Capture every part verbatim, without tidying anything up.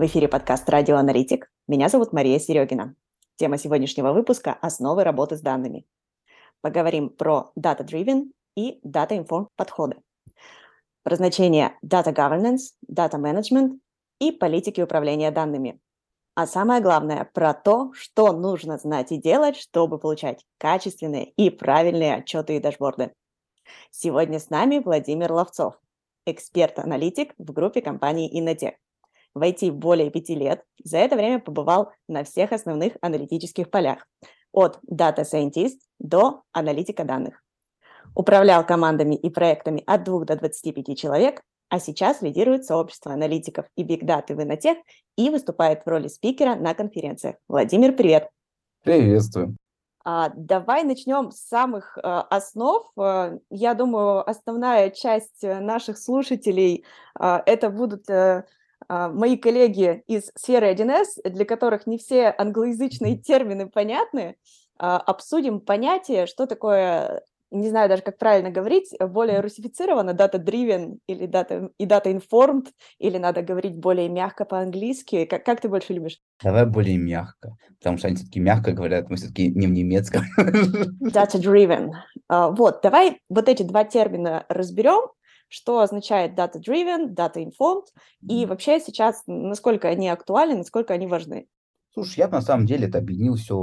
В эфире подкаст «Радио Аналитик». Меня зовут Мария Серегина. Тема сегодняшнего выпуска – основы работы с данными. Поговорим про data-driven и data-informed подходы, про значение data governance, data management и политики управления данными. А самое главное – про то, что нужно знать и делать, чтобы получать качественные и правильные отчеты и дашборды. Сегодня с нами Владимир Ловцов, эксперт-аналитик в группе компании Innotech. В ай ти более пяти лет, за это время побывал на всех основных аналитических полях, от Data Scientist до аналитика данных. Управлял командами и проектами от двух до двадцати пяти человек, а сейчас лидирует сообщество аналитиков и Big Data в Innotech и выступает в роли спикера на конференциях. Владимир, привет! Приветствую! А, давай начнем с самых а, основ. А, я думаю, основная часть наших слушателей а, это будут а, а, мои коллеги из сферы один эс, для которых не все англоязычные термины понятны. А, обсудим понятие, что такое, не знаю даже, как правильно говорить, более русифицировано, data-driven или data, и data-informed, или надо говорить более мягко по-английски. Как, как ты больше любишь? Давай более мягко, потому что они все-таки мягко говорят, мы все-таки не в немецком. Data-driven. Uh, вот, давай вот эти два термина разберем, что означает data-driven, data-informed, и вообще сейчас, насколько они актуальны, насколько они важны. Слушай, я бы на самом деле это объединил все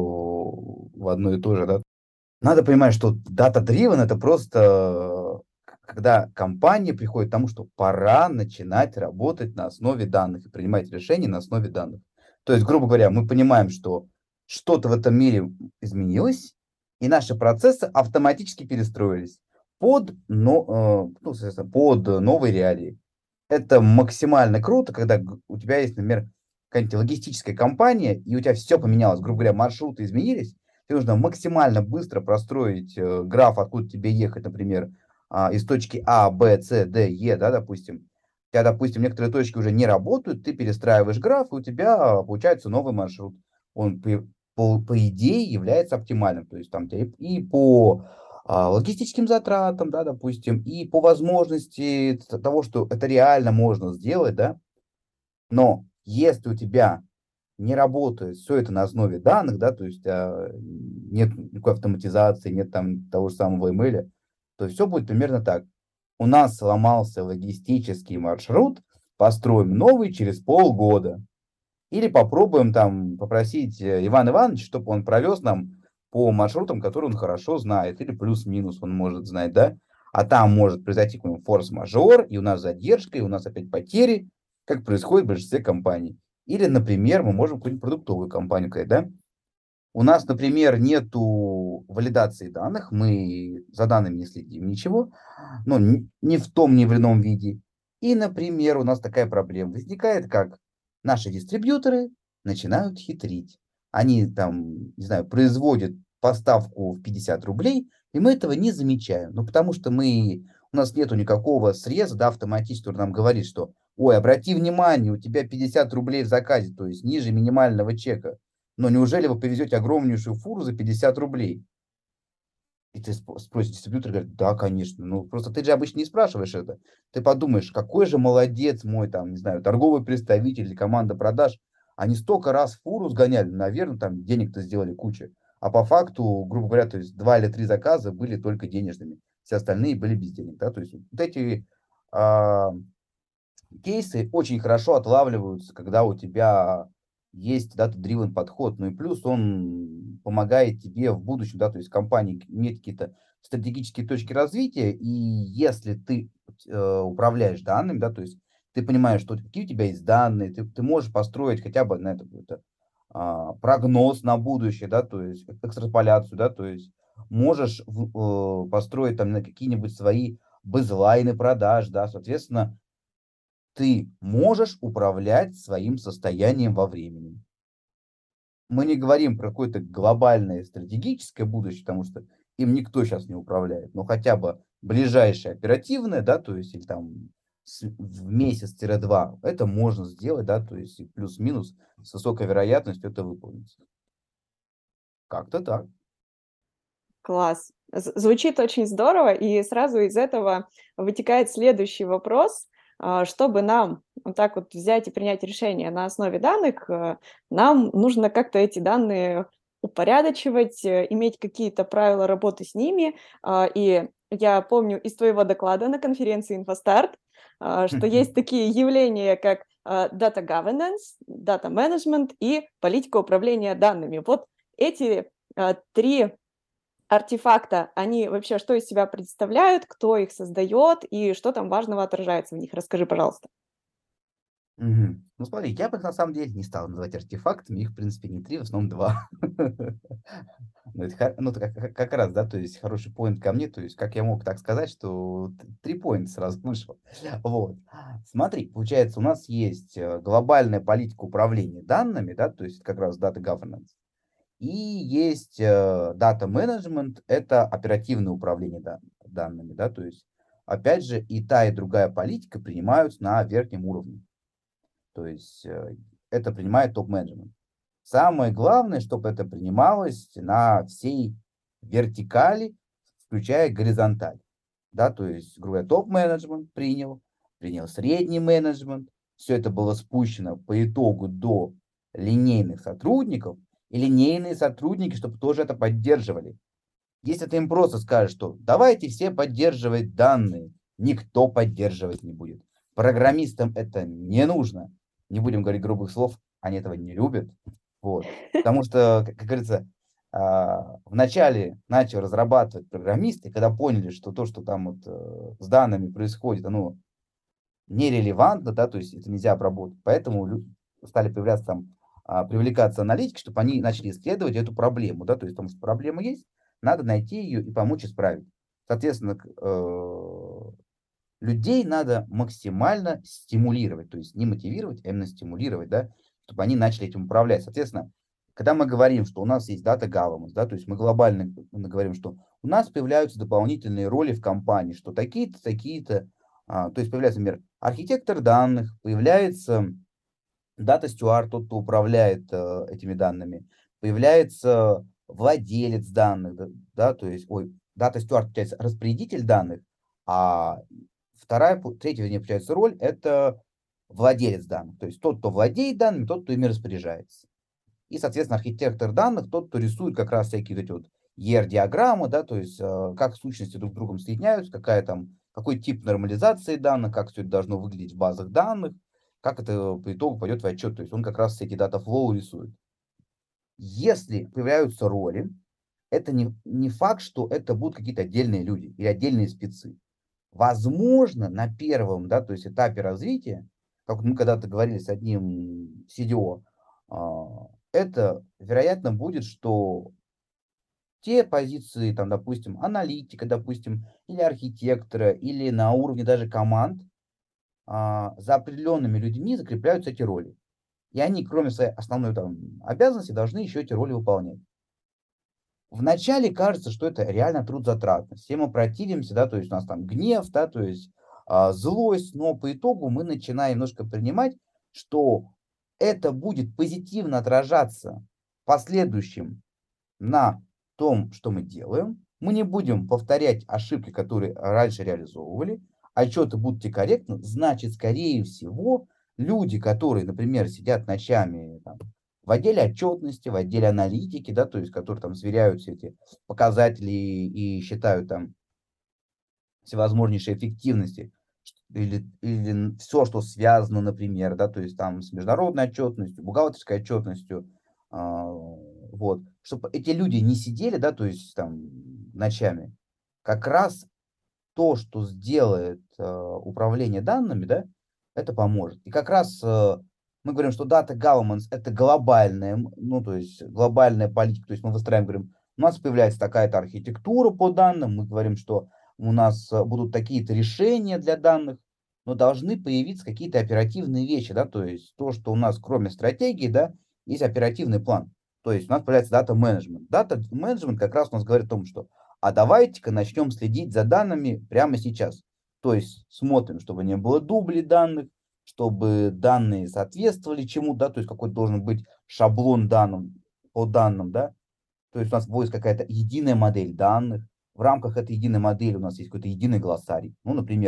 в одно и то же, да. Надо понимать, что data-driven это просто когда компания приходит к тому, что пора начинать работать на основе данных и принимать решения на основе данных. То есть, грубо говоря, мы понимаем, что что-то в этом мире изменилось, и наши процессы автоматически перестроились под, но, ну, соответственно, под новые реалии. Это максимально круто, когда у тебя есть, например, какая-нибудь логистическая компания, и у тебя все поменялось, грубо говоря, маршруты изменились, тебе нужно максимально быстро простроить э, граф, откуда тебе ехать, например, а, из точки А, Б, С, Д, Е, да, допустим. У тебя, допустим, некоторые точки уже не работают, ты перестраиваешь граф, и у тебя получается новый маршрут. Он, по, по, по идее, является оптимальным. То есть там у тебя и, и по а, логистическим затратам, да, допустим, и по возможности того, что это реально можно сделать, да. Но если у тебя не работает все это на основе данных, да, то есть а, нет никакой автоматизации, нет там того же самого email, то все будет примерно так. У нас сломался логистический маршрут, построим новый через полгода. Или попробуем там попросить э, Ивана Ивановича, чтобы он провез нам по маршрутам, которые он хорошо знает, или плюс-минус он может знать, да. А там может произойти какой-нибудь форс-мажор, и у нас задержка, и у нас опять потери, как происходит в большинстве компаний. Или, например, мы можем какую-нибудь продуктовую компанию сказать, да. У нас, например, нету валидации данных, мы за данными не следим ничего, ну, ни ни в том, ни в ином виде. И, например, у нас такая проблема возникает, как наши дистрибьюторы начинают хитрить. Они там, не знаю, производят поставку в пятьдесят рублей, и мы этого не замечаем. Ну, потому что мы, у нас нету никакого среза, да, автоматически, который нам говорит, что, ой, обрати внимание, у тебя пятьдесят рублей в заказе, то есть ниже минимального чека. Но неужели вы повезете огромнейшую фуру за пятьдесят рублей? И ты спо- спросишь, дистрибьютор говорит, да, конечно. Ну, просто ты же обычно не спрашиваешь это. Ты подумаешь, какой же молодец мой, там, не знаю, торговый представитель или команда продаж. Они столько раз фуру сгоняли, наверное, там денег-то сделали куча. А по факту, грубо говоря, то есть два или три заказа были только денежными. Все остальные были без денег. Да? То есть вот эти а, кейсы очень хорошо отлавливаются, когда у тебя есть data-driven подход, ну и плюс он помогает тебе в будущем, да, то есть компания имеет какие-то стратегические точки развития, и если ты э, управляешь данными, да, то есть ты понимаешь, что какие у тебя есть данные, ты, ты можешь построить хотя бы на это какой-то а, прогноз на будущее, да, то есть экстраполяцию, да, то есть можешь в- э, построить там на какие-нибудь свои бэзлайны продаж, да, соответственно, ты можешь управлять своим состоянием во времени. Мы не говорим про какое-то глобальное стратегическое будущее, потому что им никто сейчас не управляет, но хотя бы ближайшее оперативное, да, то есть или там с- в месяц-два, это можно сделать, да, то есть и плюс-минус с высокой вероятностью это выполнится. Как-то так. Класс. З- Звучит очень здорово, и сразу из этого вытекает следующий вопрос. а, чтобы нам вот так вот взять и принять решение на основе данных, э, нам нужно как-то эти данные упорядочивать, э, иметь какие-то правила работы с ними. А, И я помню из твоего доклада на конференции InfoStart, а, что есть такие явления, как а, data governance, data management и политика управления данными. Вот эти а, три артефакта, они вообще что из себя представляют, кто их создает и что там важного отражается в них? Расскажи, пожалуйста. Мгм. Ну, смотри, я бы их на самом деле не стал называть артефактами, их, в принципе, не три, в основном два. Ну, это ха ну, это как как как раз, да, то есть хороший поинт ко мне, то есть как я мог так сказать, что т три поинта сразу вышло. Вот. Смотри, получается, у нас есть, э, глобальная политика управления данными, да, то есть как раз data governance, и есть, э, data management — это оперативное управление дан данными, да, то есть, опять же, и та, и другая политика принимаются на верхнем уровне. То есть, э, это принимает топ-менеджмент. Самое главное, чтобы это принималось на всей вертикали, включая горизонталь. Да, то есть, грубо говоря, топ-менеджмент принял, принял средний менеджмент. Все это было спущено по итогу до линейных сотрудников, и линейные сотрудники, чтобы тоже это поддерживали. Если ты им просто скажешь, что давайте все поддерживать данные, никто поддерживать не будет. Программистам это не нужно. Не будем говорить грубых слов, они этого не любят. Вот. Потому что, как, как говорится, а, вначале начал разрабатывать программисты, когда поняли, что то, что там вот э, с данными происходит, оно нерелевантно, да, то есть это нельзя обработать. Поэтому лю- стали появляться там, а, привлекаться аналитики, чтобы они начали исследовать эту проблему, да, то есть потому что проблема есть, надо найти ее и помочь исправить. Соответственно, к- э, людей надо максимально стимулировать, то есть не мотивировать, а именно стимулировать, да, чтобы они начали этим управлять. Соответственно, когда мы говорим, что у нас есть data governance, да, то есть мы глобально мы говорим, что у нас появляются дополнительные роли в компании, что такие-то, такие-то, а, то есть появляется, например, архитектор данных, появляется дата стюард, тот, кто управляет э, этими данными, появляется владелец данных, да, да, то есть, ой, дата стюард, получается, распорядитель данных, а вторая, пу- третья, вернее, получается, роль — это владелец данных, то есть тот, кто владеет данными, тот, кто ими распоряжается. И, соответственно, архитектор данных, тот, кто рисует как раз всякие вот эти вот и ар-диаграммы, да, то есть э, как сущности друг с другом соединяются, какая там, какой тип нормализации данных, как все это должно выглядеть в базах данных, как это по итогу пойдет в отчет. То есть он как раз эти дата флоу рисует. Если появляются роли, это не, не факт, что это будут какие-то отдельные люди или отдельные спецы. Возможно, на первом, да, то есть этапе развития, как вот мы когда-то говорили с одним си ди о, а, это, вероятно, будет, что те позиции, там, допустим, аналитика, допустим, или архитектора, или на уровне даже команд, а, за определенными людьми закрепляются эти роли. И они, кроме своей основной там обязанности, должны еще эти роли выполнять. Вначале кажется, что это реально трудозатратно. Все мы противимся, да, то есть у нас там гнев, да, то есть а, злость, но по итогу мы начинаем немножко принимать, что это будет позитивно отражаться в последующем на том, что мы делаем. Мы не будем повторять ошибки, которые раньше реализовывали. Отчеты будут идти корректно. Значит, скорее всего, люди, которые, например, сидят ночами там, в отделе отчетности, в отделе аналитики, да, то есть, которые там сверяют все эти показатели и считают там всевозможнейшие эффективности, или, или все, что связано, например, да, то есть там с международной отчетностью, бухгалтерской отчетностью, а, вот, чтобы эти люди не сидели, да, то есть там ночами, как раз то, что сделает э, управление данными, да, это поможет. И как раз э, мы говорим, что data governance — это глобальная, м, ну, то есть глобальная политика, то есть мы выстраиваем, говорим, у нас появляется такая-то архитектура по данным, мы говорим, что у нас э, будут такие-то решения для данных, но должны появиться какие-то оперативные вещи, да, то есть то, что у нас кроме стратегии, да, есть оперативный план. То есть у нас появляется дата менеджмент. Дата менеджмент как раз у нас говорит о том, что а давайте-ка начнем следить за данными прямо сейчас. То есть смотрим, чтобы не было дублей данных, чтобы данные соответствовали чему, да, то есть какой должен быть шаблон данным по данным, да. То есть у нас будет какая-то единая модель данных. В рамках этой единой модели у нас есть какой-то единый глоссарий. Ну, например,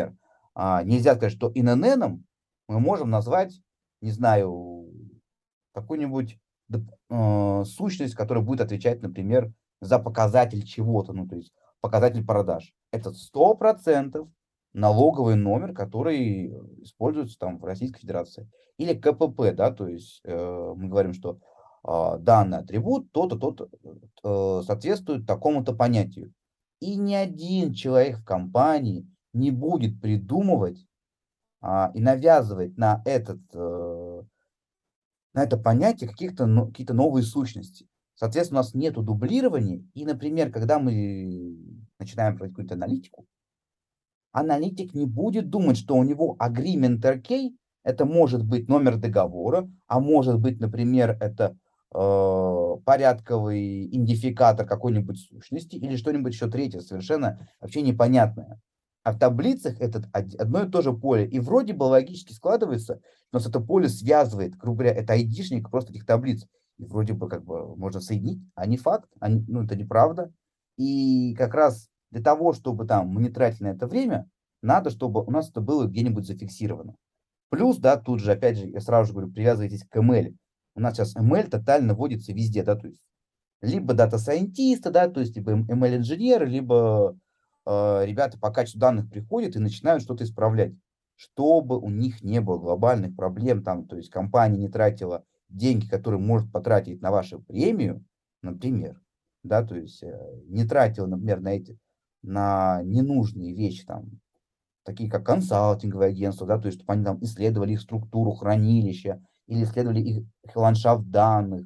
А, нельзя сказать, что ин эн эн мы можем назвать, не знаю, какую-нибудь доп- э, сущность, которая будет отвечать, например, за показатель чего-то, ну, то есть показатель продаж. Это сто процентов налоговый номер, который используется там в Российской Федерации. Или ка пэ пэ, да, то есть э, мы говорим, что а, данный атрибут то-то, то-то э, соответствует такому-то понятию. И ни один человек в компании не будет придумывать а, и навязывать на этот э, на это понятие каких-то, но- какие-то новые сущности. Соответственно, у нас нету дублирования. И, например, когда мы начинаем проводить какую-то аналитику, аналитик не будет думать, что у него agreement эр кей это может быть номер договора, а может быть, например, это э, порядковый идентификатор какой-нибудь сущности или что-нибудь еще третье, совершенно вообще непонятное. А в таблицах это од- одно и то же поле. И вроде бы логически складывается, но с это поле связывает, грубо говоря, это айдишник просто этих таблиц. И вроде бы как бы можно соединить, а не факт, а не- ну это неправда. И как раз для того, чтобы там мы не тратили на это время, надо, чтобы у нас это было где-нибудь зафиксировано. Плюс, да, тут же, опять же, я сразу же говорю, привязывайтесь к эм эл. У нас сейчас эм эл тотально вводится везде, да, то есть либо дата-сайентисты, да, то есть либо эм эл-инженеры, либо э, ребята по качеству данных приходят и начинают что-то исправлять, чтобы у них не было глобальных проблем, там, то есть компания не тратила деньги, которые может потратить на вашу премию, например, да, то есть э, не тратила, например, на эти, на ненужные вещи, там, такие как консалтинговые агентства, да, то есть чтобы они там исследовали их структуру хранилища или исследовали их ландшафт данных.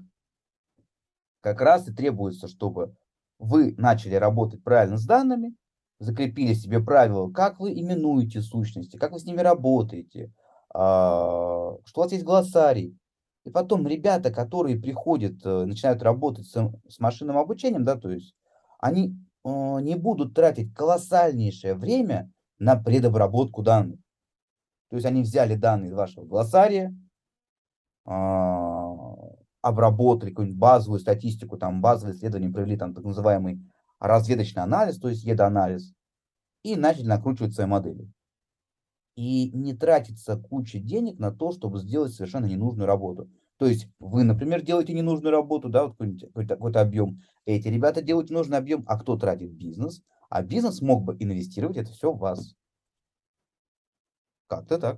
Как раз и требуется, чтобы вы начали работать правильно с данными, закрепили себе правила, как вы именуете сущности, как вы с ними работаете, а, что у вас есть глоссарий. И потом ребята, которые приходят, э, начинают работать с, с машинным обучением, да, то есть они э, не будут тратить колоссальнейшее время на предобработку данных. То есть они взяли данные из вашего глоссария, а, обработали какую-нибудь базовую статистику, там базовые исследования провели, там так называемый разведочный анализ, то есть едоанализ, и начали накручивать свои модели. И не тратится куча денег на то, чтобы сделать совершенно ненужную работу. То есть вы, например, делаете ненужную работу, да, вот какой-нибудь- какой-то, какой-то объем, эти ребята делают нужный объем, а кто тратит? Бизнес, а бизнес мог бы инвестировать это все в вас. Как-то так.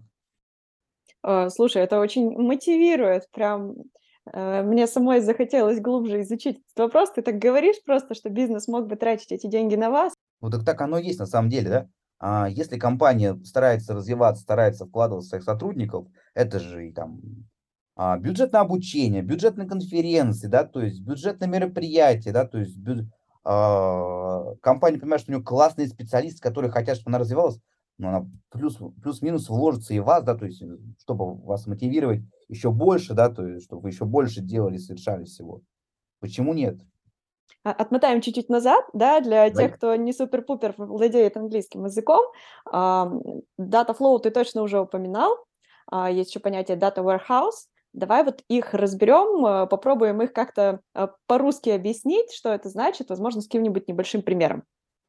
Э, слушай, это очень мотивирует. Прям, э, мне самой захотелось глубже изучить этот вопрос. Ты так говоришь просто, что бизнес мог бы тратить эти деньги на вас. Ну так так оно и есть на самом деле, да. А если компания старается развиваться, старается вкладывать в своих сотрудников, это же и там а, бюджет на обучение, бюджет на конференции, да, то есть бюджет на мероприятия, да, то есть бю- а, компания понимает, что у нее классные специалисты, которые хотят, чтобы она развивалась, но она плюс, плюс-минус вложится и в вас, да, то есть э, чтобы вас мотивировать еще больше, да, то есть чтобы вы еще больше делали, совершали всего. Почему нет? А, отмотаем чуть-чуть назад, да, для тех, Давай. кто не супер-пупер владеет английским языком. Ам, Data flow ты точно уже упоминал. А, Есть еще понятие data warehouse. Давай вот их разберем, э, попробуем их как-то э, по-русски объяснить, что это значит, возможно, с каким-нибудь небольшим примером.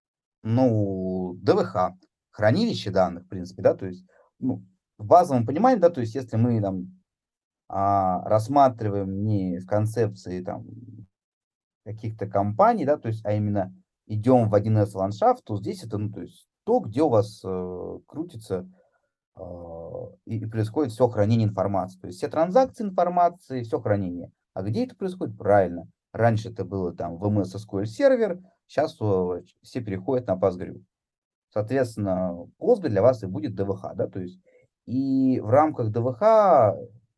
Ну, дэ вэ ха, хранилище данных, в принципе, да, то есть, ну, в базовом понимании, да, то есть, если мы там а, рассматриваем не в концепции там каких-то компаний, да, то есть, а именно идем в один эс ландшафт, то здесь это, ну, то есть, то, где у вас э, крутится э, и, и происходит все хранение информации, то есть, все транзакции информации, все хранение. А где это происходит? Правильно. Раньше это было там в эм эс эс ку эль сервер, сейчас э, все переходят на Postgre. Соответственно, Postgre для вас и будет дэ вэ ха, да, то есть и в рамках дэ вэ ха,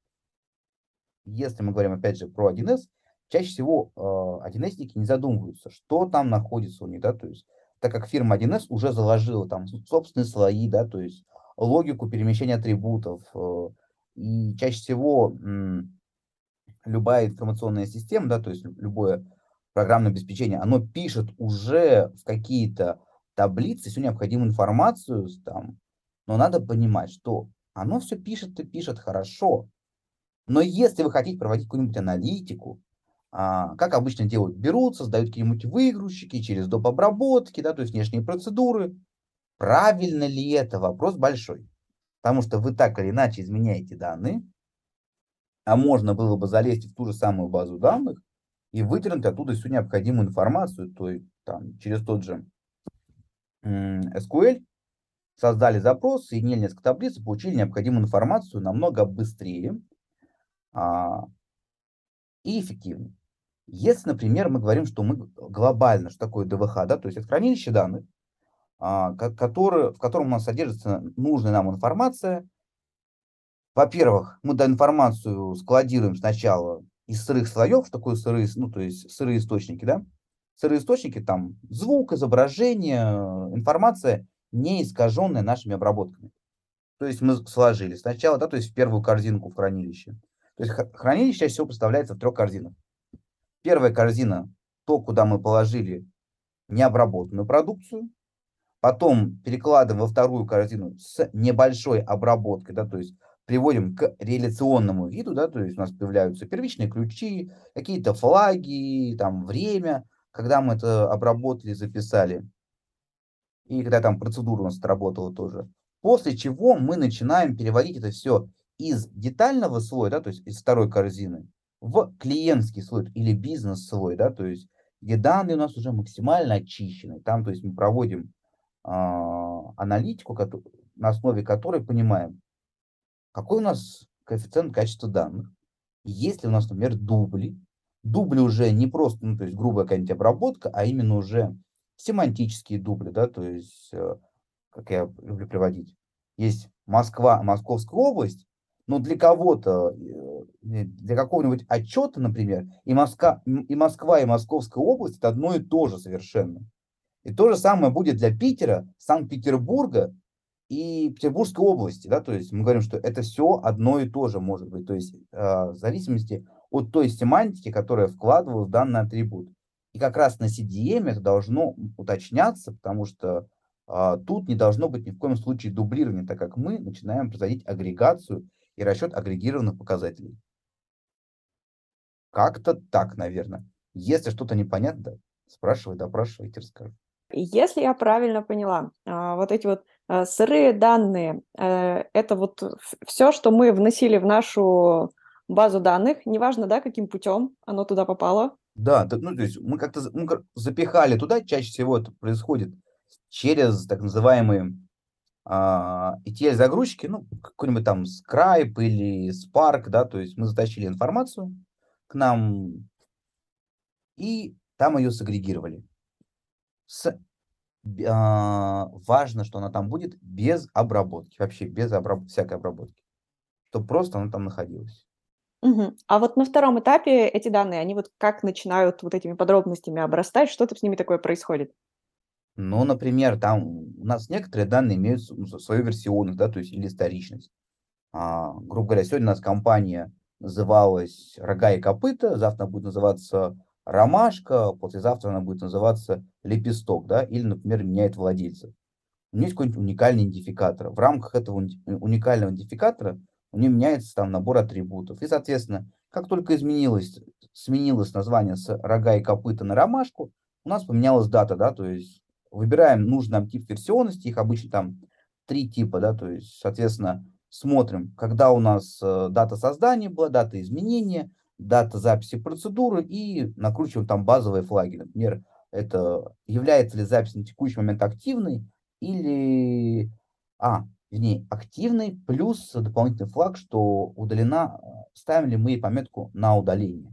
если мы говорим опять же про один эс, чаще всего э, один эсники не задумываются, что там находится у них, да, то есть так как фирма один эс уже заложила там собственные слои, да, то есть логику перемещения атрибутов, э, и чаще всего м, любая информационная система, да, то есть лю- любое программное обеспечение, оно пишет уже в какие-то таблицы всю необходимую информацию с- там, но надо понимать, что оно все пишет и пишет хорошо, но если вы хотите проводить какую-нибудь аналитику, а, как обычно делают, берут, создают какие-нибудь выгрузчики через доп. Обработки, да, то есть внешние процедуры, Правильно ли это? Вопрос большой. Потому что вы так или иначе изменяете данные, а можно было бы залезть в ту же самую базу данных и вытряхнуть оттуда всю необходимую информацию, то есть там, через тот же м, эс ку эль, создали запрос, соединили несколько таблиц и получили необходимую информацию намного быстрее а, и эффективнее. Если, например, мы говорим, что мы глобально, что такое дэ вэ ха, да, то есть это хранилище данных, а, ко- которое, в котором у нас содержится нужная нам информация. Во-первых, мы эту информацию складируем сначала из сырых слоев, что такое сырые, с- ну, то есть сырые источники, да? Сырые источники, там, звук, изображение, э, информация, не искаженная нашими обработками. То есть мы сложили сначала, да, то есть в первую корзинку в хранилище. То есть х- хранилище чаще всего представляется в трех корзинах. Первая корзина, то, куда мы положили необработанную продукцию. Потом перекладываем во вторую корзину с небольшой обработкой, да, то есть приводим к реляционному виду, да, то есть у нас появляются первичные ключи, какие-то флаги, там время, когда мы это обработали, записали, и когда там процедура у нас отработала тоже. После чего мы начинаем переводить это все из детального слоя, да, то есть из второй корзины, в клиентский слой или бизнес-слой, да, то есть где данные у нас уже максимально очищены. Там, то есть мы проводим а, аналитику, кото- на основе которой понимаем, какой у нас коэффициент качества данных, есть ли у нас, например, дубли. Дубли уже не просто, ну, то есть грубая какая-нибудь обработка, а именно уже семантические дубли, да, то есть, э, как я люблю приводить, есть Москва, Московская область, но для кого-то, э, для какого-нибудь отчета, например, и Москва, и Москва, и Московская область это одно и то же совершенно. И то же самое будет для Питера, Санкт-Петербурга и Петербургской области, да, то есть мы говорим, что это все одно и то же может быть, то есть э, в зависимости от той семантики, которая вкладывалась в данный атрибут. И как раз на си ди эм это должно уточняться, потому что а, тут не должно быть ни в коем случае дублирования, так как мы начинаем производить агрегацию и расчет агрегированных показателей. Как-то так, наверное. Если что-то непонятно, спрашивай, допрашивайте, расскажу. Если я правильно поняла, а, вот эти вот а, сырые данные, э, это вот все, что мы вносили в нашу базу данных, неважно, да, каким путем оно туда попало. Да, да, ну, то есть мы как-то за- мы как запихали туда, чаще всего это происходит через так называемые а, и ти эль-загрузчики, ну, какой-нибудь там Scribe или Spark, да, то есть мы затащили информацию к нам и там ее сагрегировали. С, б- а, важно, что она там будет без обработки, вообще без обраб- всякой обработки, чтобы просто она там находилась. Мгм. А вот на втором этапе эти данные, они вот как начинают вот этими подробностями обрастать, что-то с ними такое происходит? Ну, например, там у нас некоторые данные имеют с- ну, свою версионность, да, то есть или историчность. А, грубо говоря, сегодня у нас компания называлась «Рога и копыта», завтра она будет называться «Ромашка», послезавтра она будет называться «Лепесток», да, или, например, меняет владельца. У нее есть какой-нибудь уникальный идентификатор. В рамках этого уни- уникального идентификатора у нее меняется там набор атрибутов. И, соответственно, как только изменилось, сменилось название с «Рога и копыта» на «Ромашку», у нас поменялась дата, да, то есть выбираем нужный нам тип версионности, их обычно там три типа, да, то есть, соответственно, смотрим, когда у нас э, дата создания была, дата изменения, дата записи процедуры и накручиваем там базовые флаги. Например, это является ли запись на текущий момент активной или, а, вернее, активной плюс дополнительный флаг, что удалена, э, ставим ли мы ей пометку на удаление.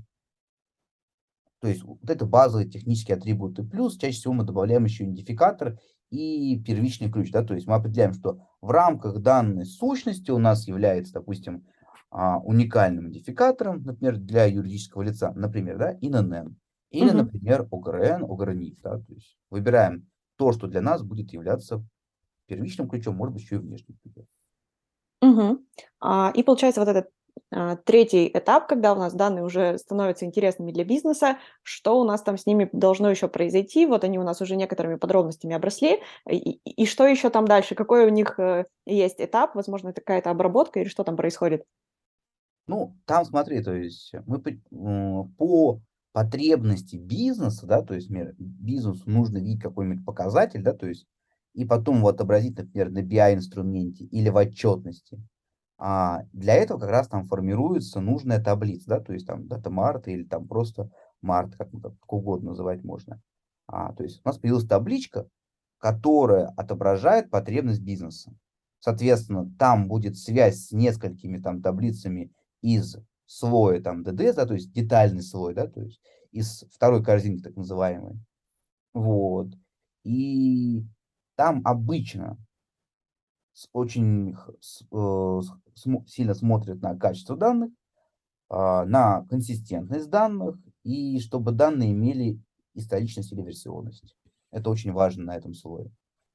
То есть вот это базовые технические атрибуты. Плюс чаще всего мы добавляем еще идентификатор и первичный ключ. Да? То есть мы определяем, что в рамках данной сущности у нас является, допустим, а, уникальным идентификатором, например, для юридического лица, например, да, ин эн эн. Или, Мгм. например, о гэ эр эн, о гэ эр эн ай эф. Да? То есть выбираем то, что для нас будет являться первичным ключом, может быть, еще и внешним ключом. Мгм. А, и получается, вот этот а, третий этап, когда у нас данные уже становятся интересными для бизнеса, что у нас там с ними должно еще произойти? Вот они у нас уже некоторыми подробностями обросли. И, и- и что еще там дальше? Какой у них э, есть этап? Возможно, это какая-то обработка или что там происходит? Ну, там смотри, то есть мы при- м, по потребности бизнеса, да, то есть например, бизнесу нужно видеть какой-нибудь показатель, да, то есть и потом его отобразить, например, на би ай-инструменте или в отчетности. А для этого как раз там формируется нужная таблица, да, то есть там дата марта или там просто март, как, как угодно называть можно. А, то есть у нас появилась табличка, которая отображает потребность бизнеса. Соответственно, там будет связь с несколькими там таблицами из слоя там ди ди эс, да, то есть детальный слой, да, то есть из второй корзинки так называемой. Вот. И там обычно с- очень х- с- э, с- смо- сильно смотрят на качество данных, а, на консистентность данных и чтобы данные имели историчность или версионность. Это очень важно на этом слое.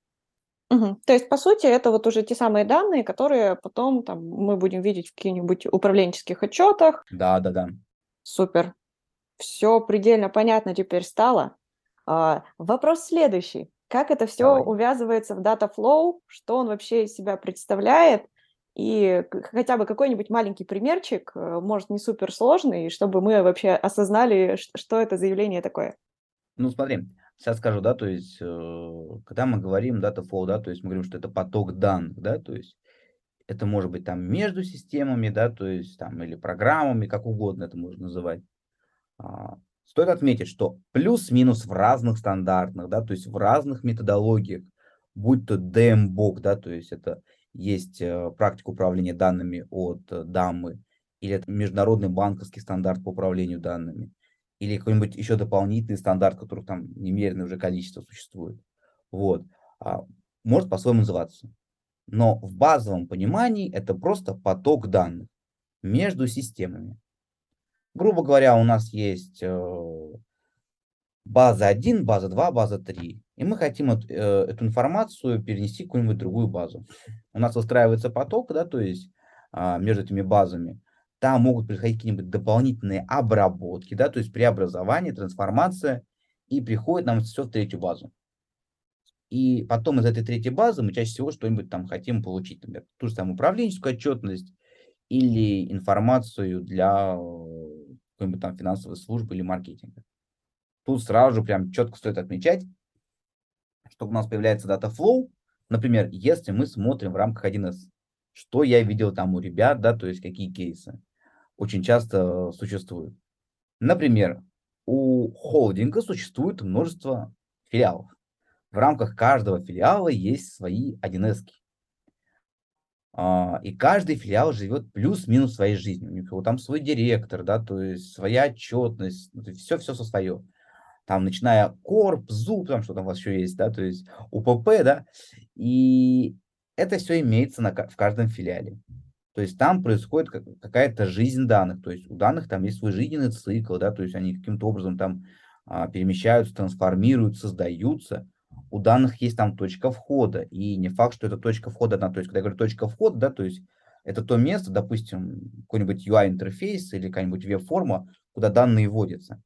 Мгм. То есть, по сути, это вот уже те самые данные, которые потом там мы будем видеть в каких-нибудь управленческих отчетах. Да, да, да. Супер. Все предельно понятно теперь стало. А, вопрос следующий. Как это все Давай. увязывается в Data Flow? Что он вообще из себя представляет? И к хотя бы какой-нибудь маленький примерчик, э, может, не суперсложный, чтобы мы вообще осознали, ш что это заявление такое. Ну, смотри, сейчас скажу, да, то есть, э, когда мы говорим data flow, да, то есть мы говорим, что это поток данных, да, то есть это может быть там между системами, да, то есть там или программами, как угодно это можно называть. А, Стоит отметить, что плюс-минус в разных стандартных, да, то есть в разных методологиях, будь то ди эм би о си, да, то есть это есть э, практика управления данными от э, дамы, или это международный банковский стандарт по управлению данными, или какой-нибудь еще дополнительный стандарт, которых там немереное уже количество существует. Вот. А, Может по-своему называться. Но в базовом понимании это просто поток данных между системами. Грубо говоря, у нас есть э, база один, база два, база три. И мы хотим эт- э, эту информацию перенести в какую-нибудь другую базу. У нас выстраивается поток, да, то есть а, между этими базами. Там могут происходить какие-нибудь дополнительные обработки, да, то есть преобразование, трансформация, и приходит нам все в третью базу. И потом из этой третьей базы мы чаще всего что-нибудь там хотим получить, например, ту же самую управленческую отчетность или информацию для э, какой-нибудь там финансовой службы или маркетинга. Тут сразу же прям четко стоит отмечать, что у нас появляется data flow. Например, если мы смотрим в рамках один эс, что я видел там у ребят, да, то есть какие кейсы очень часто э, существуют. Например, у холдинга существует множество филиалов. В рамках каждого филиала есть свои один эс. А, и каждый филиал живет плюс-минус своей жизнью. У него там свой директор, да, то есть своя отчетность, все-все со свое. Там, начиная корп, зуб, там что там у вас еще есть, да, то есть у пэ пэ, да, и это все имеется на, ка- в каждом филиале. То есть там происходит как- какая-то жизнь данных, то есть у данных там есть свой жизненный цикл, да, то есть они каким-то образом там а, перемещаются, трансформируются, создаются. У данных есть там точка входа, и не факт, что это точка входа одна, то есть когда я говорю точка входа, да, то есть это то место, допустим, какой-нибудь ю ай-интерфейс или какая-нибудь веб-форма, куда данные вводятся.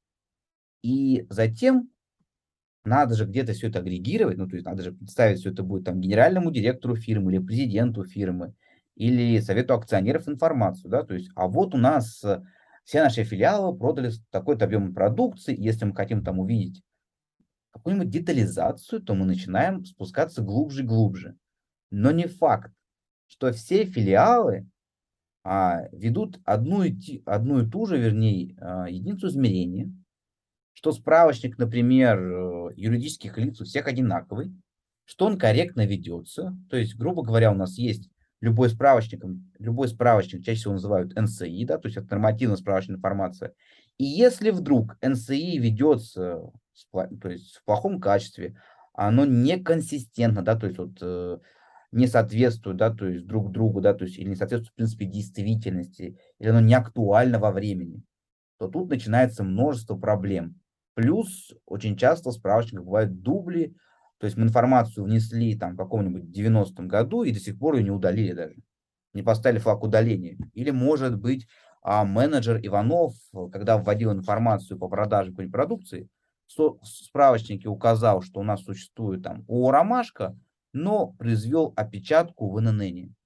И затем надо же где-то все это агрегировать, ну, то есть надо же представить, все это будет там генеральному директору фирмы или президенту фирмы, или совету акционеров информацию, да, то есть, а вот у нас э, все наши филиалы продали с такой-то объем продукции, если мы хотим там увидеть какую-нибудь детализацию, то мы начинаем спускаться глубже и глубже. Но не факт, что все филиалы а, ведут одну и, ти- одну и ту же, вернее, а, единицу измерения, что справочник, например, э, юридических лиц у всех одинаковый, что он корректно ведется. То есть, грубо говоря, у нас есть любой справочник, любой справочник чаще всего называют эн эс и, да, то есть это нормативная справочная информация. И если вдруг эн эс и ведется с пла- то есть в плохом качестве, оно неконсистентно, да, то есть вот э, не соответствует, да, то есть друг другу, да, то есть или не соответствует, в принципе, действительности, или оно не актуально во времени, то тут начинается множество проблем. Плюс очень часто в справочниках бывают дубли, то есть мы информацию внесли там в каком-нибудь девяностом году и до сих пор ее не удалили даже, не поставили флаг удаления. Или может быть а, менеджер Иванов, э, когда вводил информацию по продаже какой-нибудь продукции, в справочнике указал, что у нас существует там ООО «Ромашка», но произвел опечатку в эн эн эн.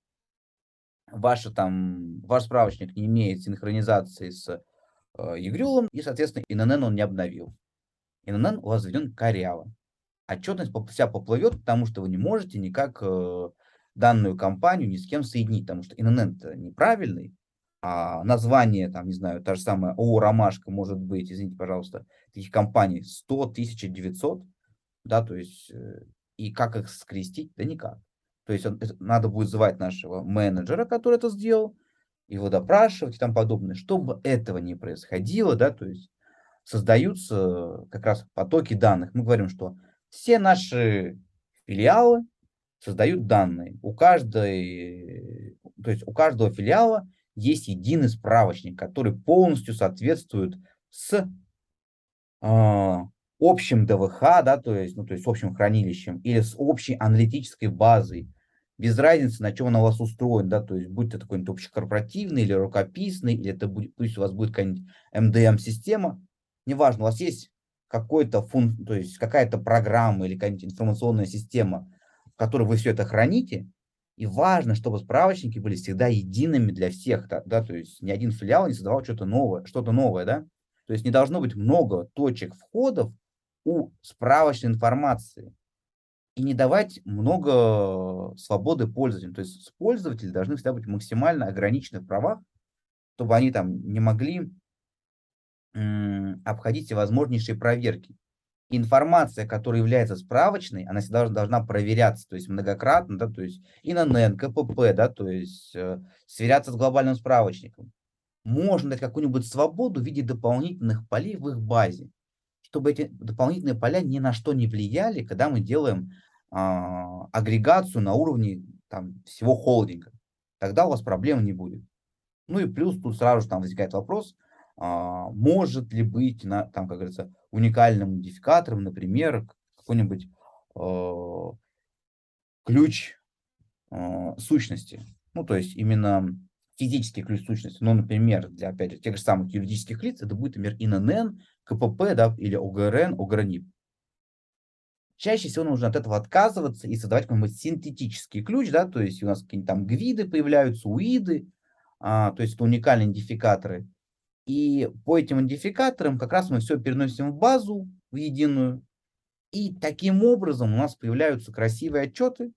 Ваша там, ваш справочник не имеет синхронизации с э, Егрюлом, и, соответственно, ин эн эн он не обновил. ин эн эн у вас заведен коряво. отчетность поп- вся поплывет, потому что вы не можете никак э, данную компанию ни с кем соединить, потому что ин эн эн-то неправильный, а название, там, не знаю, та же самая ООО «Ромашка» может быть, извините, пожалуйста, таких компаний сто тысяч девятьсот, да, то есть, э, и как их скрестить? Да никак. То есть он- это надо будет звать нашего менеджера, который это сделал, его допрашивать и тому подобное. Чтобы этого не происходило, да, то есть создаются как раз потоки данных. Мы говорим, что все наши филиалы создают данные. У каждой, то есть у каждого филиала есть единый справочник, который полностью соответствует с а, общим д в х, да, то есть, ну, то есть общим хранилищем, или с общей аналитической базой, без разницы, на чем он у вас устроен, да, то есть, будь это какой-нибудь общекорпоративный или рукописный, или это будет, пусть у вас будет какая-нибудь эм дэ эм-система, неважно, у вас есть какой-то фун, то есть какая-то программа или какая-нибудь информационная система, в которой вы все это храните, и важно, чтобы справочники были всегда едиными для всех, да, да, то есть ни один филиал не создавал что-то новое, что-то новое, да, то есть не должно быть много точек входов у справочной информации и не давать много свободы пользователям. То есть пользователи должны всегда быть максимально ограничены в правах, чтобы они там не могли м, обходить всевозможнейшие проверки. Информация, которая является справочной, она всегда должна проверяться, то есть многократно, да, то есть ин эн эн, ка пэ пэ, да, то есть э, сверяться с глобальным справочником. Можно дать какую-нибудь свободу в виде дополнительных полей в их базе, чтобы эти дополнительные поля ни на что не влияли, когда мы делаем а, агрегацию на уровне там, всего холдинга. Тогда у вас проблем не будет. Ну и плюс тут сразу же там возникает вопрос, а, может ли быть, на, там, как говорится, уникальным идентификатором, например, какой-нибудь э, ключ э, сущности. Ну, то есть именно физический ключ сущности. Ну, например, для, опять же, тех же самых юридических лиц это будет, например, ин эн эн, ка пэ пэ, да, или о гэ эр эн, о гэ эр эн и пэ. Чаще всего нужно от этого отказываться и создавать какой-нибудь синтетический ключ, да, то есть у нас какие-нибудь там гвиды появляются, уиды, а, то есть это уникальные идентификаторы. И по этим идентификаторам как раз мы все переносим в базу, в единую, и таким образом у нас появляются красивые отчеты,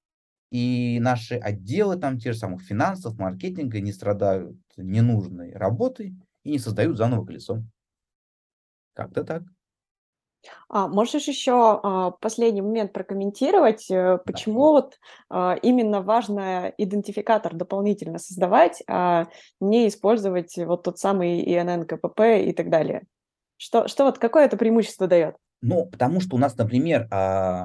и наши отделы, там, те же самых финансов, маркетинга не страдают ненужной работой и не создают заново колесо. Как-то так. А можешь еще а, последний момент прокомментировать, э, Да. почему вот а, именно важно идентификатор дополнительно создавать, а не использовать вот тот самый и эн эн, ка пэ пэ и так далее? Что, что вот какое это преимущество дает? Ну, потому что у нас, например, а,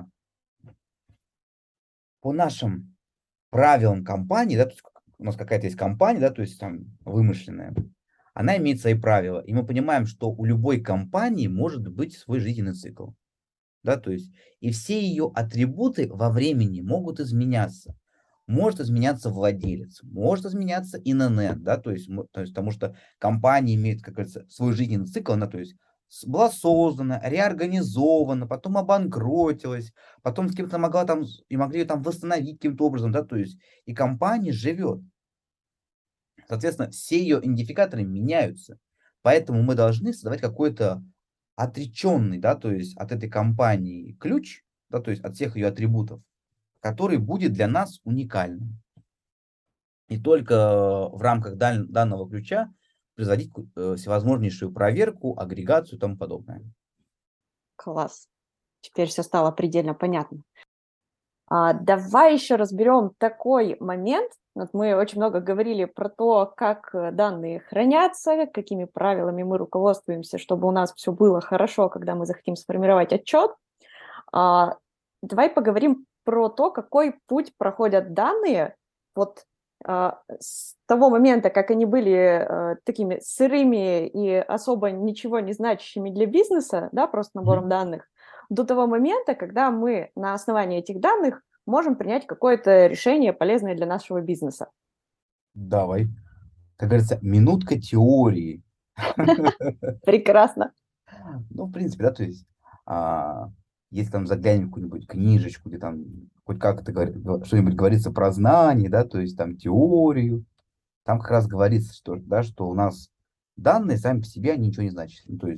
по нашим правилам компании, да, то есть как- у нас какая-то есть компания, да, то есть там вымышленная, она имеет свои правила, и мы понимаем, что у любой компании может быть свой жизненный цикл. Да, то есть и все ее атрибуты во времени могут изменяться. Может изменяться владелец, может изменяться ин эн эн, да, то есть, мо- то есть потому что компания имеет, как говорится, свой жизненный цикл, она, то есть с- была создана, реорганизована, потом обанкротилась, потом с кем-то могла там, с- и могли ее там восстановить каким-то образом, да, то есть и компания живет. Соответственно, все ее идентификаторы меняются. Поэтому мы должны создавать какой-то отреченный, да, то есть от этой компании ключ, да, то есть от всех ее атрибутов, который будет для нас уникальным. И только в рамках дан- данного ключа производить ку- э, всевозможнейшую проверку, агрегацию и тому подобное. Класс. Теперь все стало предельно понятно. А, давай еще разберем такой момент. Вот мы очень много говорили про то, как э, данные хранятся, какими правилами мы руководствуемся, чтобы у нас все было хорошо, когда мы захотим сформировать отчет. А, давай поговорим про то, какой путь проходят данные вот а, с того момента, как они были э, такими сырыми и особо ничего не значащими для бизнеса, да, просто набором Мгм. данных, до того момента, когда мы на основании этих данных можем принять какое-то решение, полезное для нашего бизнеса. Давай. Как говорится, минутка теории. Прекрасно. Ну, в принципе, да, то есть, а, если там заглянем в какую-нибудь книжечку, где там хоть как-то говори- го- что-нибудь говорится про знания, да, то есть там теорию, там как раз говорится, что, да, что у нас данные сами по себе, они ничего не значат. Ну, то есть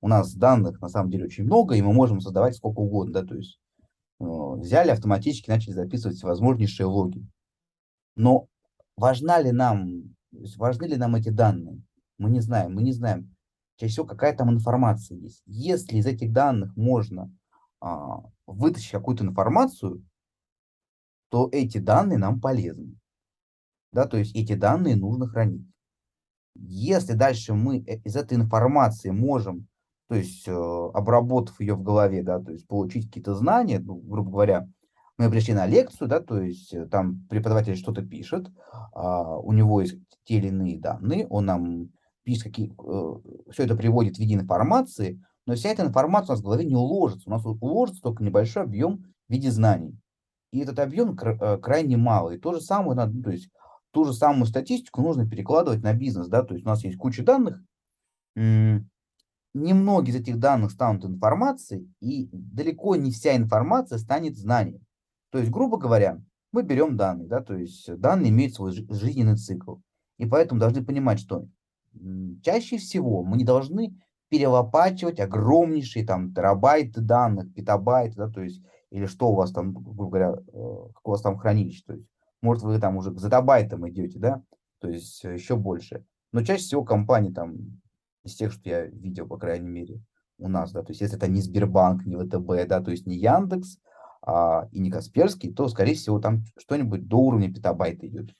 у нас данных на самом деле очень много, и мы можем создавать сколько угодно, да, то есть э, взяли автоматически, начали записывать всевозможнейшие логи. Но важна ли нам, то есть важны ли нам эти данные? Мы не знаем, мы не знаем. Чаще всего какая там информация есть. Если из этих данных можно а, вытащить какую-то информацию, то эти данные нам полезны. Да, то есть эти данные нужно хранить. Если дальше мы э- из этой информации можем, то есть э, обработав ее в голове, да, то есть получить какие-то знания, ну, грубо говоря, мы пришли на лекцию, да, то есть э, там преподаватель что-то пишет, а, у него есть те или иные данные, он нам пишет, какие, все это приводит в виде информации, но вся эта информация у нас в голове не уложится, у нас у- уложится только небольшой объем в виде знаний. И этот объем кра- э, крайне малый. И то же самое надо, ну, то есть ту же самую статистику нужно перекладывать на бизнес, да, то есть у нас есть куча данных, м, немногие из этих данных станут информацией, и далеко не вся информация станет знанием. То есть, грубо говоря, мы берем данные, да, то есть данные имеют свой жи- жизненный цикл, и поэтому должны понимать, что м, чаще всего мы не должны перелопачивать огромнейшие там терабайты данных, петабайты, да, то есть, или что у вас там, грубо говоря, э, как у вас там хранилище, то есть, может, вы там уже к зетабайтам идете, да, то есть э, еще больше. Но чаще всего компании там из тех, что я видел, по крайней мере, у нас, да, то есть если это не Сбербанк, не ВТБ, да, то есть не Яндекс, а, и не Касперский, то, скорее всего, там что-нибудь до уровня петабайта идет.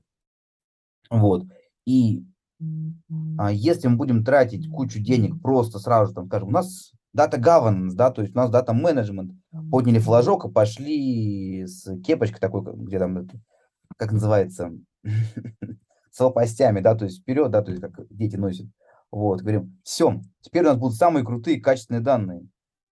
Вот. И а, если мы будем тратить кучу денег просто сразу, там, скажем, у нас data governance, да, то есть у нас data management, подняли флажок и пошли с кепочкой такой, как- где там, это, как называется, с лопастями, да, то есть вперед, да, то есть как дети носят. Вот, говорим, все, теперь у нас будут самые крутые качественные данные.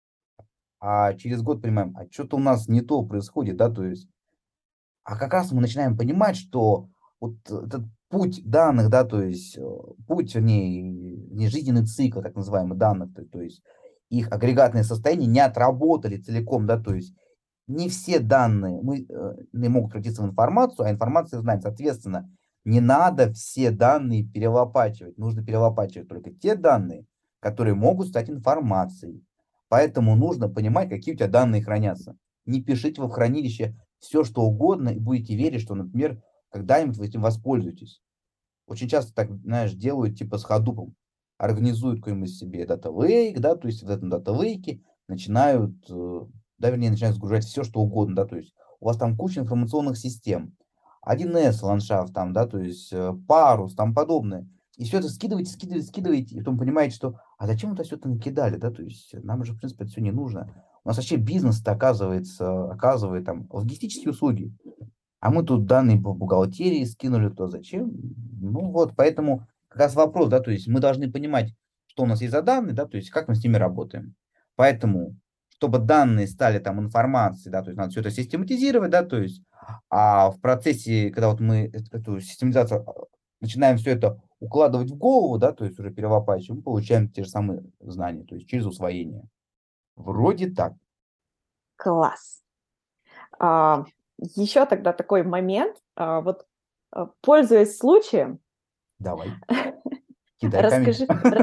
А через год понимаем, а что-то у нас не то происходит, да, то есть, а как раз мы начинаем понимать, что вот этот путь данных, да, то есть э, путь, вернее, не жизненный цикл, так называемый данных, то, то есть их агрегатные состояния не отработали целиком, да, то есть не все данные мы, э, не могут превратиться в информацию, а информация в знание. Соответственно, не надо все данные перелопачивать. Нужно перелопачивать только те данные, которые могут стать информацией. Поэтому нужно понимать, какие у тебя данные хранятся. Не пишите вы в хранилище все, что угодно, и будете верить, что, например, когда-нибудь вы этим воспользуетесь. Очень часто так, знаешь, делают типа с ходупом. Организуют какой-нибудь себе дата лейк, да, то есть в этом дата лейке начинают, э, да, вернее, начинают загружать все, что угодно, да, то есть у вас там куча информационных систем, один эс ландшафт там, да, то есть э, парус, там подобное. И все это скидываете, скидываете, скидываете, и потом понимаете, что, а зачем это все это накидали, да, то есть нам же, в принципе, это все не нужно. У нас вообще бизнес-то оказывается, оказывает там логистические услуги. А мы тут данные по бухгалтерии скинули, то зачем? Ну вот, поэтому как раз вопрос, да, то есть мы должны понимать, что у нас есть за данные, да, то есть как мы с ними работаем. Поэтому, чтобы данные стали там информацией, да, то есть надо все это систематизировать, да, то есть, а в процессе, когда вот мы эт- эту систематизацию а, начинаем все это укладывать в голову, да, то есть уже перелопачиваем, мы получаем те же самые знания, то есть через усвоение. Вроде так. Класс. А, еще тогда такой момент, а, вот, а, пользуясь случаем, Давай, кидай камень. расскажи ра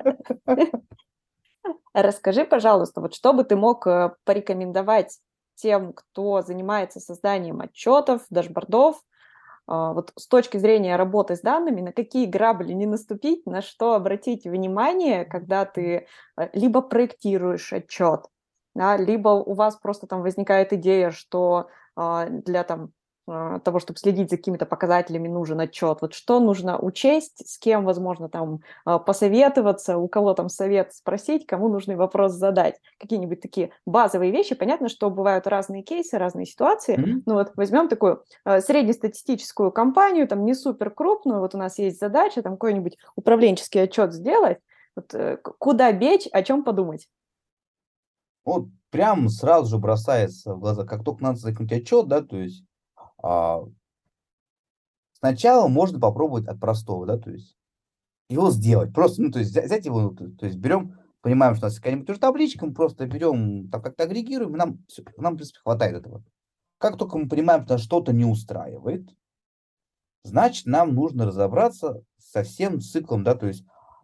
расскажи, пожалуйста, вот что бы ты мог, э, порекомендовать тем, кто занимается созданием отчетов, дашбордов, а, вот с точки зрения работы с данными, на какие грабли не наступить, на что обратить внимание, когда ты, э, либо проектируешь отчет, да, либо у вас просто там возникает идея, что, а, для там, а, того, чтобы следить за какими-то показателями, нужен отчет. Вот что нужно учесть, с кем, возможно, там, а, посоветоваться, у кого там совет спросить, кому нужный вопрос задать. Какие-нибудь такие базовые вещи. Понятно, что бывают разные кейсы, разные ситуации. Мгм. Ну вот возьмем такую э, среднестатистическую компанию, там не супер крупную, вот у нас есть задача там какой-нибудь управленческий отчет сделать, вот, э, к- куда бечь, о чем подумать. Вот прям сразу же бросается в глаза, как только надо закинуть отчет, да, то есть а, сначала можно попробовать от простого, да, то есть его сделать, просто, ну, то есть взя- взять его, ну, то, то есть берем, понимаем, что у нас какая-нибудь уже табличка, мы просто берем, там как-то агрегируем, и нам, всё- нам, в принципе, хватает этого. Как только мы понимаем, что нас что-то не устраивает, значит, нам нужно разобраться со всем циклом, да, то есть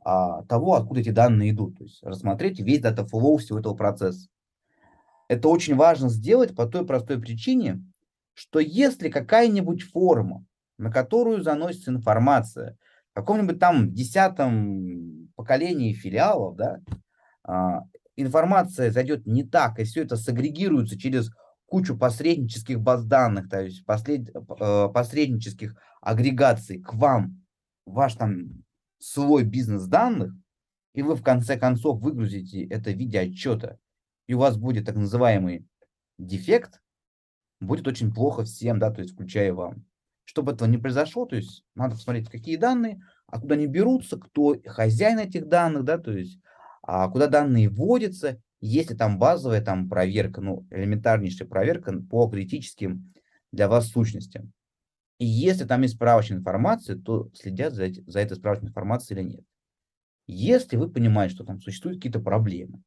а, того, откуда эти данные идут. То есть рассмотреть весь data flow всего этого процесса. Это очень важно сделать по той простой причине, что если какая-нибудь форма, на которую заносится информация, в каком-нибудь там десятом поколении филиалов, да, а, информация зайдет не так, и все это сагрегируется через кучу посреднических баз данных, то есть послед, э, посреднических агрегаций к вам, ваш там свой бизнес данных, и вы в конце концов выгрузите это в виде отчета, и у вас будет так называемый дефект, будет очень плохо всем, да, то есть включая вам. Чтобы этого не произошло, то есть надо посмотреть, какие данные, откуда они берутся, кто хозяин этих данных, да, то есть а, куда данные вводятся, есть ли там базовая там проверка, ну, элементарнейшая проверка по критическим для вас сущностям. И если там есть справочная информация, то следят за, эти, за этой справочной информацией или нет. Если вы понимаете, что там существуют какие-то проблемы,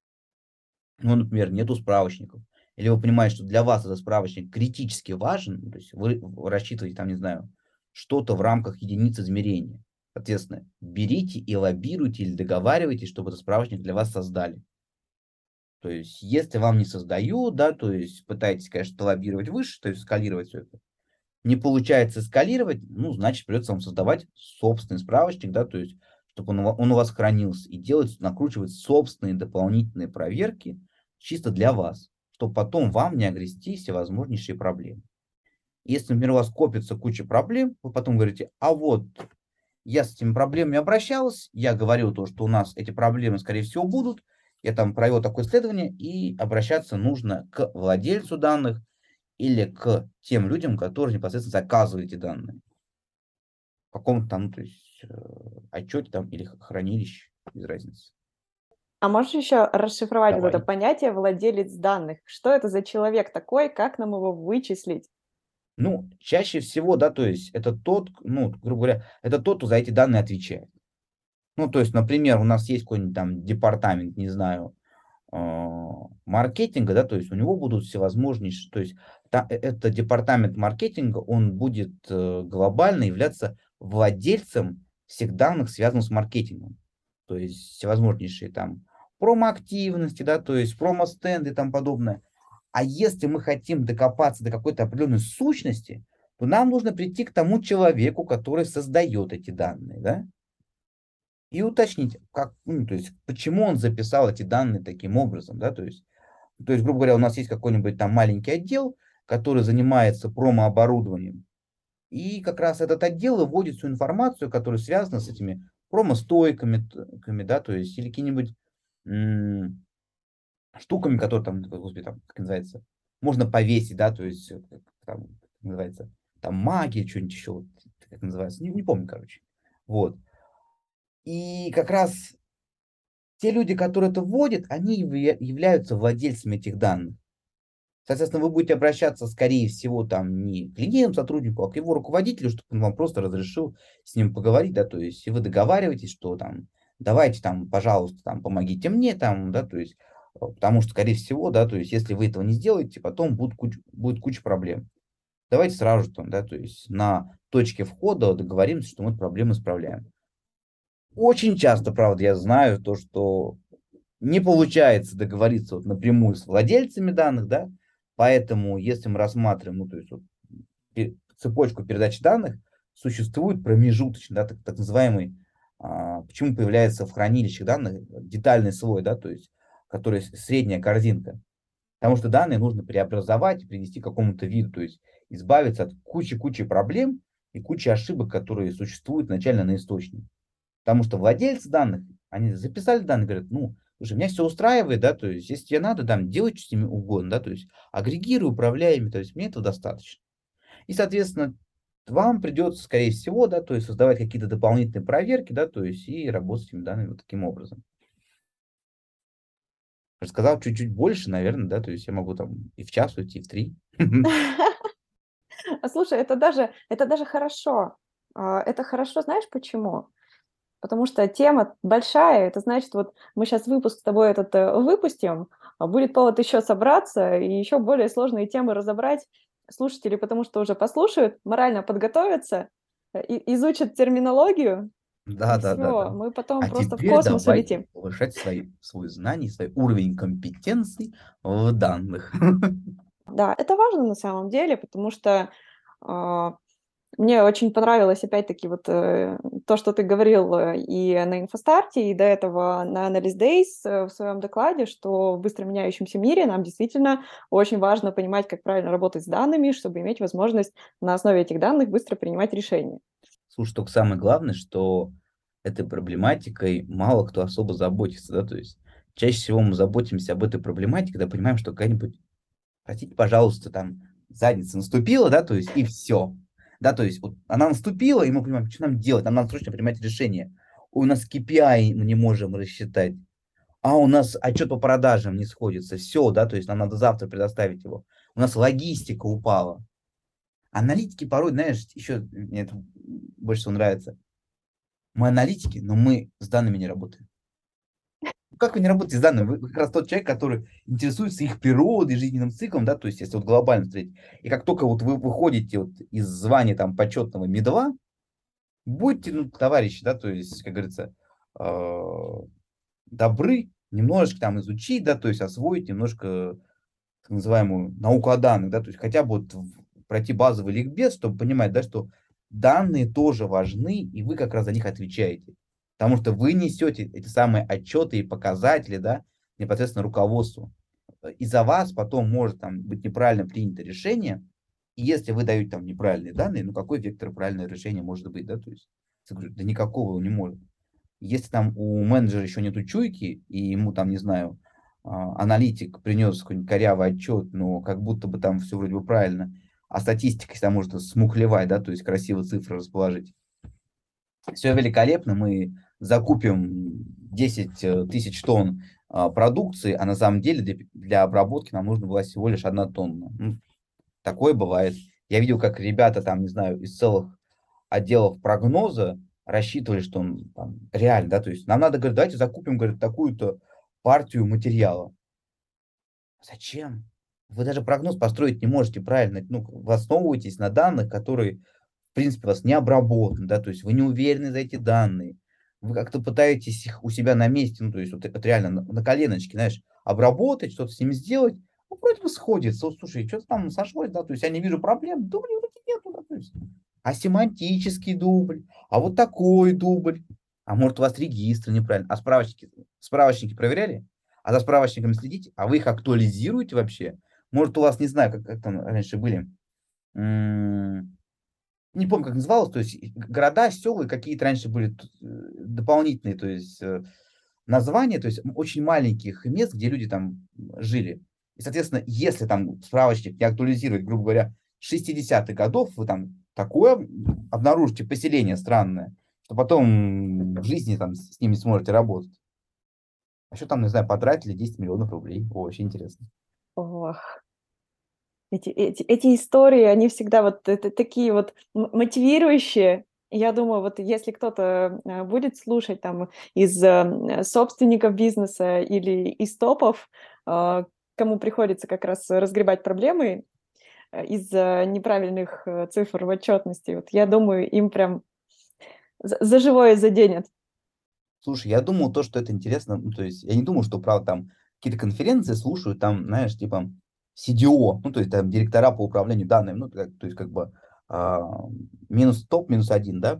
ну, например, нету справочников, или вы понимаете, что для вас этот справочник критически важен, ну, то есть вы рассчитываете там, не знаю, что-то в рамках единиц измерения. Соответственно, берите и лоббируйте или договаривайтесь, чтобы этот справочник для вас создали. То есть, если вам не создают, да, то есть пытаетесь, конечно, лоббировать выше, то есть скалировать все это. Не получается скалировать, ну, значит, придется вам создавать собственный справочник, да, то есть, чтобы он, он у вас хранился, и делать, накручивать собственные дополнительные проверки чисто для вас, чтобы потом вам не огрести всевозможнейшие проблемы. Если, например, у вас копится куча проблем, вы потом говорите, а вот я с этими проблемами обращалась, я говорил то, что у нас эти проблемы, скорее всего, будут, я там провел такое исследование, и обращаться нужно к владельцу данных или к тем людям, которые непосредственно заказывают эти данные. В каком-то там, ну, то есть, э, отчете там или хранилище, без разницы. А можешь еще расшифровать вот это Давай. понятие владелец данных? Что это за человек такой, как нам его вычислить? Ну, чаще всего, да, то есть это тот, ну, грубо говоря, это тот, кто за эти данные отвечает. Ну, то есть, например, у нас есть какой-нибудь там департамент, не знаю, э, маркетинга, да, то есть у него будут всевозможнейшие, то есть та, э, это департамент маркетинга, он будет э, глобально являться владельцем всех данных, связанных с маркетингом. То есть всевозможнейшие там промо-активности, да, то есть промо-стенды и тому подобное. А если мы хотим докопаться до какой-то определенной сущности, то нам нужно прийти к тому человеку, который создает эти данные, да, и уточнить, как, ну, то есть, почему он записал эти данные таким образом, да, то есть, то есть, грубо говоря, у нас есть какой-нибудь там маленький отдел, который занимается промо-оборудованием, и как раз этот отдел выводит всю информацию, которая связана с этими промо-стойками, т- да, то есть, или какие-нибудь м, штуками, которые там, господи, там, как называется, можно повесить, да, то есть, э, как там, как называется, там магия, что-нибудь еще, вот, как называется, не, не помню, короче. Вот. И как раз те люди, которые это вводят, они явля- являются владельцами этих данных. Соответственно, вы будете обращаться, скорее всего, там не к линейному сотруднику, а к его руководителю, чтобы он вам просто разрешил с ним поговорить, да, то есть, и вы договариваетесь, что там, давайте там, пожалуйста, там, помогите мне, там, да, то есть, э, потому что, скорее всего, да, то есть, если вы этого не сделаете, потом будет куча, будет куча проблем. Давайте сразу же там, да, то есть, на точке входа договоримся, что мы эту проблему исправляем. Очень часто, правда, я знаю то, что не получается договориться вот напрямую с владельцами данных, да, поэтому если мы рассматриваем, ну, то есть вот, пе- цепочку передачи данных, существует промежуточный, да, так, так называемый, а, почему появляется в хранилищах данных детальный слой, да, то есть, который с- средняя корзинка, потому что данные нужно преобразовать и привести к какому-то виду, то есть избавиться от кучи-кучи проблем и кучи ошибок, которые существуют изначально на источнике. Потому что владельцы данных, они записали данные, говорят, ну, слушай, меня все устраивает, да, то есть, если тебе надо, там, делай, что с ними угодно, да, то есть, агрегируй, управляй ими, то есть, мне этого достаточно. И, соответственно, вам придется, скорее всего, да, то есть, создавать какие-то дополнительные проверки, да, то есть, и работать с этими данными вот таким образом. Рассказал чуть-чуть больше, наверное, да, то есть, я могу там и в час уйти, и в три. А слушай, это даже, это даже хорошо. А, Это хорошо, знаешь почему? Потому что тема большая. Это значит, вот мы сейчас выпуск с тобой этот э, выпустим, а будет повод еще собраться и еще более сложные темы разобрать. Слушатели, потому что уже послушают, морально подготовятся, э, и- изучат терминологию, Да, И да, да, да. все, мы потом А просто в теперь космос давайте улетим. повышать свои, свой знание, свой уровень компетенций в данных. Да, это важно на самом деле, потому что, а, мне очень понравилось опять-таки вот, э, то, что ты говорил, э, и на инфостарте, и до этого на Analyst Days, э, в своем докладе, что в быстро меняющемся мире нам действительно очень важно понимать, как правильно работать с данными, чтобы иметь возможность на основе этих данных быстро принимать решения. Слушай, только самое главное, что этой проблематикой мало кто особо заботится, да, то есть чаще всего мы заботимся об этой проблематике, когда понимаем, что какая-нибудь, простите, пожалуйста, там задница наступила, да, то есть и все. Да, то есть вот она наступила, и мы понимаем, что нам делать, нам надо срочно принимать решение. Ой, у нас K P I мы не можем рассчитать, а у нас отчет по продажам не сходится, все, да, то есть нам надо завтра предоставить его. У нас логистика упала. Аналитики порой, знаешь, еще мне это больше всего нравится. Мы аналитики, но мы с данными не работаем. Ну, как вы не работаете с данными? Вы, вы как раз тот человек, который интересуется их природой, жизненным циклом, да, то есть если вот глобально смотреть. И как только вот вы выходите вот из звания там почетного медла, будьте, ну, товарищи, да, то есть, как говорится, э, добры, немножечко там изучить, да, то есть освоить немножко так называемую науку о данных, да, то есть хотя бы вот в- пройти базовый ликбез, чтобы понимать, да, что данные тоже важны, и вы как раз за них отвечаете. Потому что вы несете эти самые отчеты и показатели, да, непосредственно руководству. И за вас потом может там быть неправильно принято решение, и если вы даете там неправильные данные, ну какой вектор правильное решение может быть, да, то есть, я говорю, да никакого его не может. Если там у менеджера еще нету чуйки, и ему там, не знаю, а, аналитик принес какой-нибудь корявый отчет, но как будто бы там все вроде бы правильно, а статистика всегда может смухлевать, да, то есть красиво цифры расположить. Все великолепно, мы закупим десять э, тысяч тонн а, продукции, а на самом деле для, для обработки нам нужно была всего лишь одна тонна. Ну, такое бывает. Я видел, как ребята там, не знаю, из целых отделов прогноза рассчитывали, что он там реально, да, то есть нам надо, говорит, давайте закупим, говорит, такую-то партию материала. Зачем? Вы даже прогноз построить не можете правильно. Ну, вы основываетесь на данных, которые, в принципе, у вас не обработаны, да, то есть вы не уверены за эти данные. Вы как-то пытаетесь их у себя на месте, ну, то есть вот, вот реально на, на коленочке, знаешь, обработать, что-то с ними сделать. Ну, вроде бы сходится. Вот, слушай, что-то там сошлось, да, то есть я не вижу проблем. Дублей вроде нету, да, то есть. А семантический дубль, а вот такой дубль. А может, у вас регистр неправильно. А справочники, справочники проверяли? А за справочниками следите, а вы их актуализируете вообще? Может, у вас, не знаю, как, как там раньше были, м, не помню, как называлось, то есть города, селы, какие-то раньше были т- э, дополнительные, то есть э, названия, то есть м, очень маленьких мест, где люди там жили. И, соответственно, если там справочник не актуализирует, грубо говоря, шестидесятых годов, вы там такое обнаружите поселение странное, что потом в жизни там с ними сможете работать. А что там, не знаю, потратили десять миллионов рублей. О, очень интересно. Ох, эти эти эти истории, они всегда вот это такие вот м мотивирующие. Я думаю, вот если кто-то, э, будет слушать там из, э, собственников бизнеса или из топов, а, кому приходится как раз разгребать проблемы, э, из-за неправильных, э, цифр в отчетности, вот я думаю, им прям за за живое заденет. Слушай, я думал то, что это интересно, ну, то есть я не думал, что, правда, там какие-то конференции слушают, там, знаешь, типа C D O, ну, то есть там директора по управлению данными, ну, то, то есть как бы а, минус топ, минус один, да.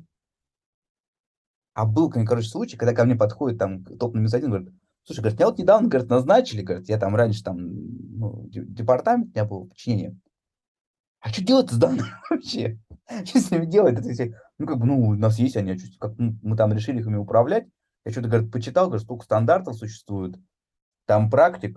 А был, кон- короче, случай, когда ко мне подходит там топ минус один, говорит, слушай, говорит, меня вот недавно, говорит, назначили, говорит, я там раньше там, ну, де- департамент у меня был в подчинении. А что делать с данными вообще? Что с ними делать? Это все, ну, как бы, ну, у нас есть они, а чё, как ну, мы там решили ими управлять. Я что-то, говорит, почитал, говорит, столько стандартов существует, там практик.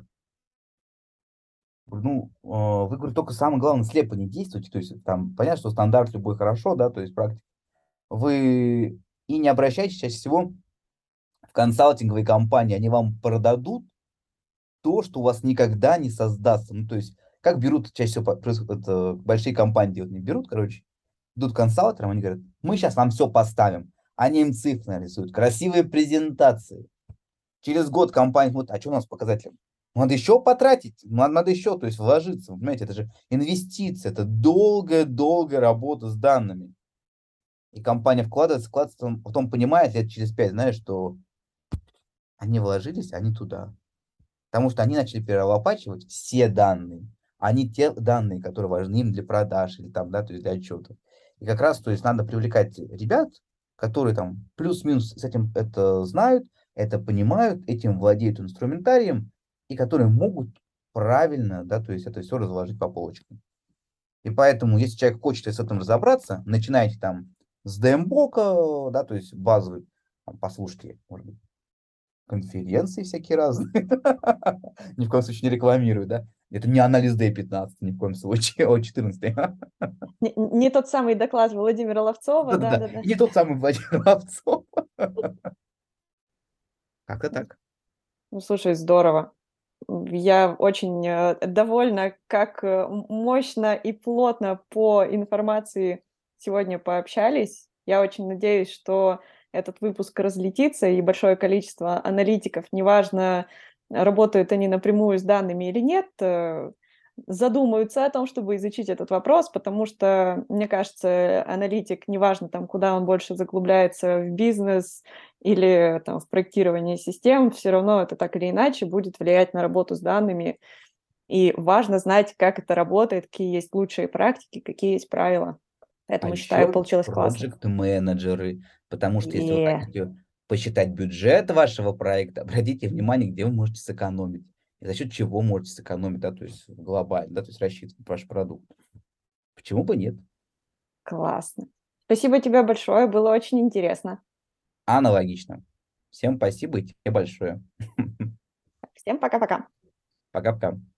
Ну, э, вы, говорю, только самое главное, слепо не действуйте. То есть там понятно, что стандарт любой хорошо, да, то есть практика. Вы и не обращайтесь чаще всего в консалтинговые компании, они вам продадут то, что у вас никогда не создастся. Ну, то есть, как берут чаще всего по- происходит, это большие компании, вот не берут, короче, идут к консалтерам, они говорят, мы сейчас вам все поставим. Они им цифры нарисуют, красивые презентации. Через год компания смотрит, а что у нас показатели? Надо еще потратить, надо, надо еще, то есть вложиться. Вы понимаете, это же инвестиция, это долгая-долгая работа с данными. И компания вкладывается, вкладывается, потом потом понимает лет через пять, знаешь, что они вложились, они туда. Потому что они начали перелопачивать все данные, а не те данные, которые важны им для продаж или там, да, то есть для отчета. И как раз, то есть надо привлекать ребят, которые там плюс-минус с этим это знают, это понимают, этим владеют инструментарием, и которые могут правильно, да, то есть это все разложить по полочкам. И поэтому, если человек хочет с этим разобраться, начинайте там с ди эм-блока, да, то есть базовый, там, послушайте, может быть, конференции всякие разные. Ни в коем случае не рекламирую, да. Это не анализ ди пятнадцать, ни в коем случае, о, четырнадцать. Не, не тот самый доклад Владимира Ловцова, Да-да-да, да-да-да. и не тот самый Владимир Ловцов. Как-то так. Ну, слушай, здорово. М, Я очень э, довольна, как э, м- мощно и плотно по информации сегодня пообщались. Я очень надеюсь, что этот выпуск разлетится, и большое количество аналитиков, неважно, работают они напрямую с данными или нет, э, задумаются о том, чтобы изучить этот вопрос, потому что, мне кажется, аналитик, неважно там, куда он больше заглубляется в бизнес, или там в проектировании систем, все равно это так или иначе будет влиять на работу с данными. И важно знать, как это работает, какие есть лучшие практики, какие есть правила. А Поэтому считаю, еще получилось классно. проект-менеджеры, потому что если вы Е, хотите посчитать бюджет вашего проекта, обратите внимание, где вы можете сэкономить. И за счет чего можете сэкономить, да, то есть глобально, да, то есть рассчитывать ваш продукт. Почему бы нет? классно. Спасибо тебе большое, было очень интересно. Аналогично. Всем спасибо и тебе большое. Всем пока-пока. Пока-пока.